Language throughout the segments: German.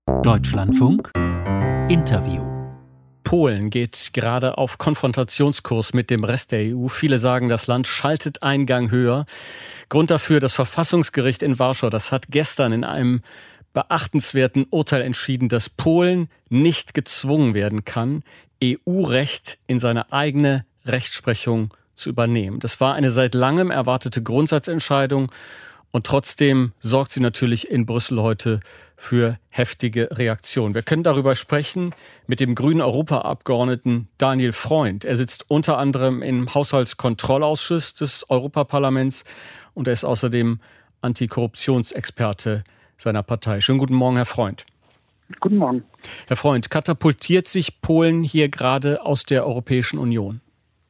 Deutschlandfunk Interview. Polen geht gerade auf Konfrontationskurs mit dem Rest der EU. Viele sagen, das Land schaltet einen Gang höher. Grund dafür, das Verfassungsgericht in Warschau, das hat gestern in einem beachtenswerten Urteil entschieden, dass Polen nicht gezwungen werden kann, EU-Recht in seine eigene Rechtsprechung zu übernehmen. Das war eine seit langem erwartete Grundsatzentscheidung. Und trotzdem sorgt sie natürlich in Brüssel heute für heftige Reaktionen. Wir können darüber sprechen mit dem grünen Europaabgeordneten Daniel Freund. Er sitzt unter anderem im Haushaltskontrollausschuss des Europaparlaments und er ist außerdem Antikorruptionsexperte seiner Partei. Schönen guten Morgen, Herr Freund. Guten Morgen. Herr Freund, katapultiert sich Polen hier gerade aus der Europäischen Union?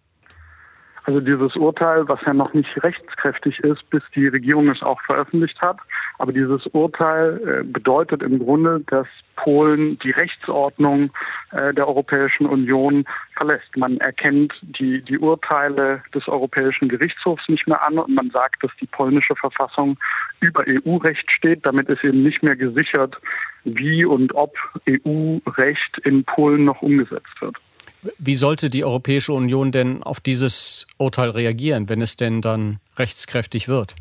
Also dieses Urteil, was ja noch nicht rechtskräftig ist, bis die Regierung es auch veröffentlicht hat. Aber dieses Urteil bedeutet im Grunde, dass Polen die Rechtsordnung der Europäischen Union verlässt. Man erkennt die Urteile des Europäischen Gerichtshofs nicht mehr an und man sagt, dass die polnische Verfassung über EU-Recht steht. Damit ist eben nicht mehr gesichert, wie und ob EU-Recht in Polen noch umgesetzt wird. Wie sollte die Europäische Union denn auf dieses Urteil reagieren, wenn es denn dann rechtskräftig wird?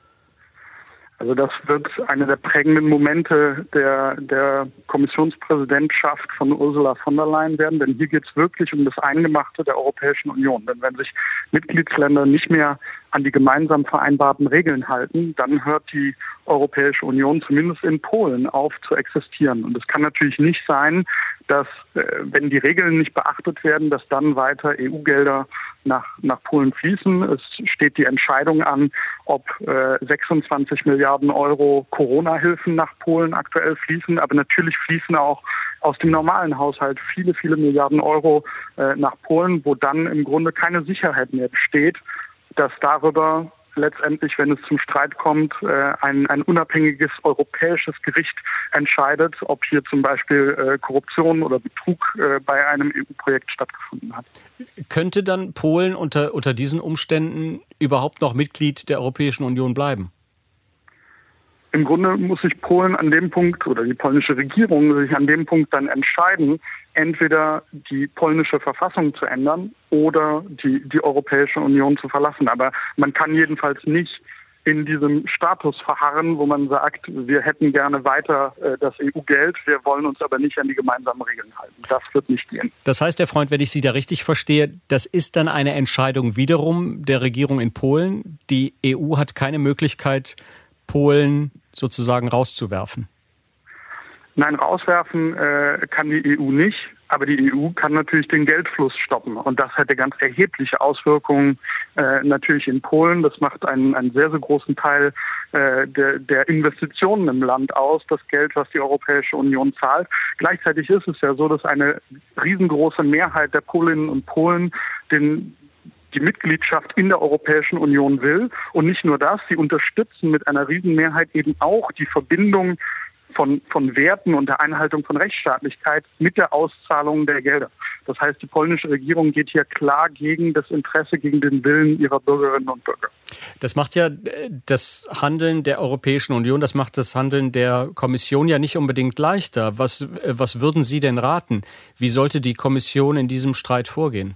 Also das wird einer der prägenden Momente der Kommissionspräsidentschaft von Ursula von der Leyen werden, denn hier geht es wirklich um das Eingemachte der Europäischen Union. Denn wenn sich Mitgliedsländer nicht mehr an die gemeinsam vereinbarten Regeln halten, dann hört die Europäische Union zumindest in Polen auf zu existieren. Und es kann natürlich nicht sein, dass, wenn die Regeln nicht beachtet werden, dass dann weiter EU-Gelder nach Polen fließen. Es steht die Entscheidung an, ob 26 Milliarden Euro Corona-Hilfen nach Polen aktuell fließen. Aber natürlich fließen auch aus dem normalen Haushalt viele, viele Milliarden Euro nach Polen, wo dann im Grunde keine Sicherheit mehr besteht, dass darüber letztendlich, wenn es zum Streit kommt, ein unabhängiges europäisches Gericht entscheidet, ob hier zum Beispiel Korruption oder Betrug bei einem EU-Projekt stattgefunden hat. Könnte dann Polen unter diesen Umständen überhaupt noch Mitglied der Europäischen Union bleiben? Im Grunde muss sich Polen an dem Punkt oder die polnische Regierung sich an dem Punkt dann entscheiden, entweder die polnische Verfassung zu ändern oder die Europäische Union zu verlassen. Aber man kann jedenfalls nicht in diesem Status verharren, wo man sagt, wir hätten gerne weiter das EU-Geld, wir wollen uns aber nicht an die gemeinsamen Regeln halten. Das wird nicht gehen. Das heißt, Herr Freund, wenn ich Sie da richtig verstehe, das ist dann eine Entscheidung wiederum der Regierung in Polen. Die EU hat keine Möglichkeit, Polen sozusagen rauszuwerfen? Nein, rauswerfen kann die EU nicht, aber die EU kann natürlich den Geldfluss stoppen. Und das hätte ganz erhebliche Auswirkungen natürlich in Polen. Das macht einen sehr, sehr großen Teil der Investitionen im Land aus, das Geld, was die Europäische Union zahlt. Gleichzeitig ist es ja so, dass eine riesengroße Mehrheit der Polinnen und Polen die Mitgliedschaft in der Europäischen Union will. Und nicht nur das, sie unterstützen mit einer Riesenmehrheit eben auch die Verbindung von Werten und der Einhaltung von Rechtsstaatlichkeit mit der Auszahlung der Gelder. Das heißt, die polnische Regierung geht hier klar gegen das Interesse, gegen den Willen ihrer Bürgerinnen und Bürger. Das macht ja das Handeln der Europäischen Union, das macht das Handeln der Kommission ja nicht unbedingt leichter. Was würden Sie denn raten? Wie sollte die Kommission in diesem Streit vorgehen?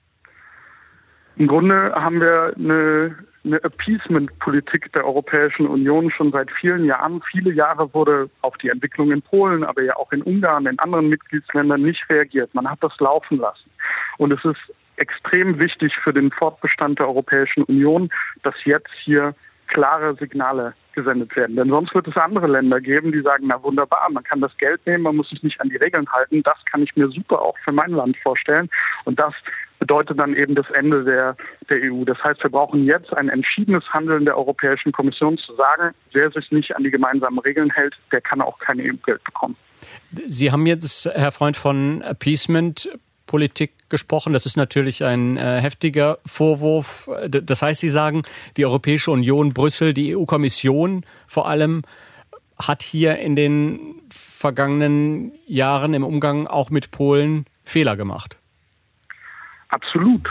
Im Grunde haben wir eine Appeasement-Politik der Europäischen Union schon seit vielen Jahren. Viele Jahre wurde auf die Entwicklung in Polen, aber ja auch in Ungarn, in anderen Mitgliedsländern nicht reagiert. Man hat das laufen lassen. Und es ist extrem wichtig für den Fortbestand der Europäischen Union, dass jetzt hier klare Signale gesendet werden. Denn sonst wird es andere Länder geben, die sagen, na wunderbar, man kann das Geld nehmen, man muss sich nicht an die Regeln halten. Das kann ich mir super auch für mein Land vorstellen. Und das bedeutet dann eben das Ende der EU. Das heißt, wir brauchen jetzt ein entschiedenes Handeln der Europäischen Kommission zu sagen, wer sich nicht an die gemeinsamen Regeln hält, der kann auch kein EU-Geld bekommen. Sie haben jetzt, Herr Freund, von Appeasement-Politik gesprochen. Das ist natürlich ein heftiger Vorwurf. Das heißt, Sie sagen, die Europäische Union, Brüssel, die EU-Kommission vor allem hat hier in den vergangenen Jahren im Umgang auch mit Polen Fehler gemacht. Absolut.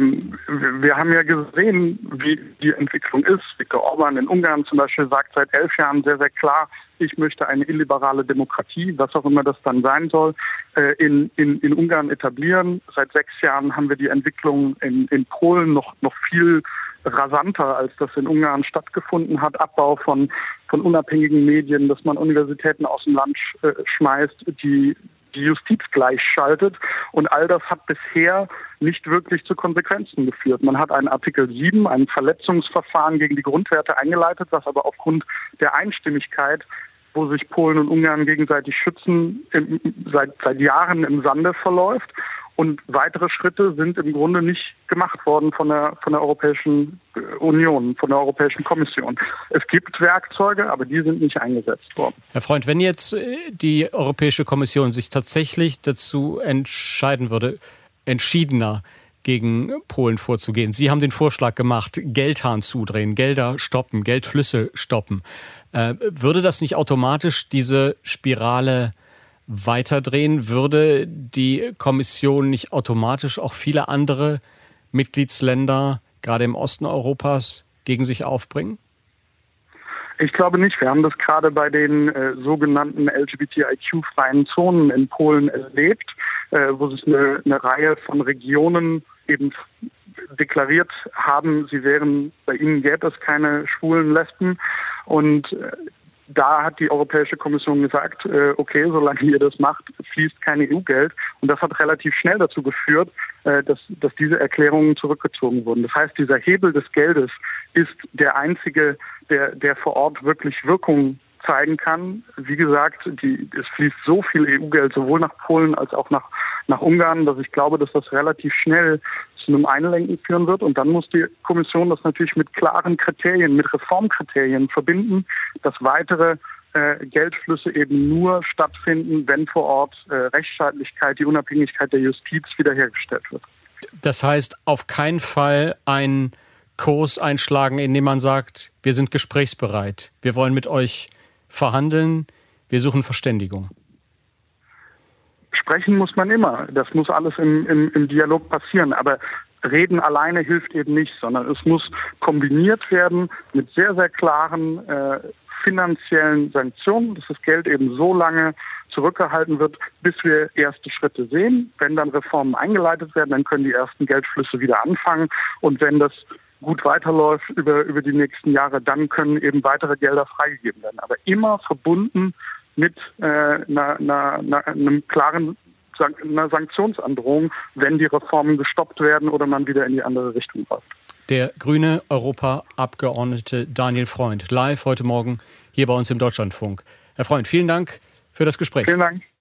Wir haben ja gesehen, wie die Entwicklung ist. Viktor Orban in Ungarn zum Beispiel sagt seit 11 Jahren sehr, sehr klar, ich möchte eine illiberale Demokratie, was auch immer das dann sein soll, in Ungarn etablieren. Seit 6 Jahren haben wir die Entwicklung in Polen noch viel rasanter, als das in Ungarn stattgefunden hat. Abbau von unabhängigen Medien, dass man Universitäten aus dem Land schmeißt, die Justiz gleichschaltet. Und all das hat bisher nicht wirklich zu Konsequenzen geführt. Man hat einen Artikel 7, ein Verletzungsverfahren gegen die Grundwerte eingeleitet, was aber aufgrund der Einstimmigkeit, wo sich Polen und Ungarn gegenseitig schützen, seit Jahren im Sande verläuft. Und weitere Schritte sind im Grunde nicht gemacht worden von der Europäischen Union, von der Europäischen Kommission. Es gibt Werkzeuge, aber die sind nicht eingesetzt worden. Herr Freund, wenn jetzt die Europäische Kommission sich tatsächlich dazu entscheiden würde, entschiedener gegen Polen vorzugehen. Sie haben den Vorschlag gemacht, Geldhahn zudrehen, Gelder stoppen, Geldflüsse stoppen. Würde das nicht automatisch diese Spirale weiterdrehen? Würde die Kommission nicht automatisch auch viele andere Mitgliedsländer, gerade im Osten Europas, gegen sich aufbringen? Ich glaube nicht. Wir haben das gerade bei den sogenannten LGBTIQ-freien Zonen in Polen erlebt, wo sich eine Reihe von Regionen eben deklariert haben, bei ihnen gäbe es keine schwulen Lesben. Und da hat die Europäische Kommission gesagt, okay, solange ihr das macht, fließt kein EU-Geld. Und das hat relativ schnell dazu geführt, dass diese Erklärungen zurückgezogen wurden. Das heißt, dieser Hebel des Geldes ist der einzige, der vor Ort wirklich Wirkung zeigen kann. Wie gesagt, es fließt so viel EU-Geld sowohl nach Polen als auch nach Ungarn, dass ich glaube, dass das relativ schnell zu einem Einlenken führen wird. Und dann muss die Kommission das natürlich mit klaren Kriterien, mit Reformkriterien verbinden, dass weitere Geldflüsse eben nur stattfinden, wenn vor Ort Rechtsstaatlichkeit, die Unabhängigkeit der Justiz wiederhergestellt wird. Das heißt, auf keinen Fall einen Kurs einschlagen, in dem man sagt, wir sind gesprächsbereit, wir wollen mit euch verhandeln, wir suchen Verständigung. Sprechen muss man immer. Das muss alles im Dialog passieren. Aber Reden alleine hilft eben nicht, sondern es muss kombiniert werden mit sehr, sehr klaren finanziellen Sanktionen, dass das Geld eben so lange zurückgehalten wird, bis wir erste Schritte sehen. Wenn dann Reformen eingeleitet werden, dann können die ersten Geldflüsse wieder anfangen. Und wenn das gut weiterläuft über die nächsten Jahre, dann können eben weitere Gelder freigegeben werden. Aber immer verbunden mit einem klaren einer Sanktionsandrohung, wenn die Reformen gestoppt werden oder man wieder in die andere Richtung läuft. Der grüne Europaabgeordnete Daniel Freund, live heute Morgen hier bei uns im Deutschlandfunk. Herr Freund, vielen Dank für das Gespräch. Vielen Dank.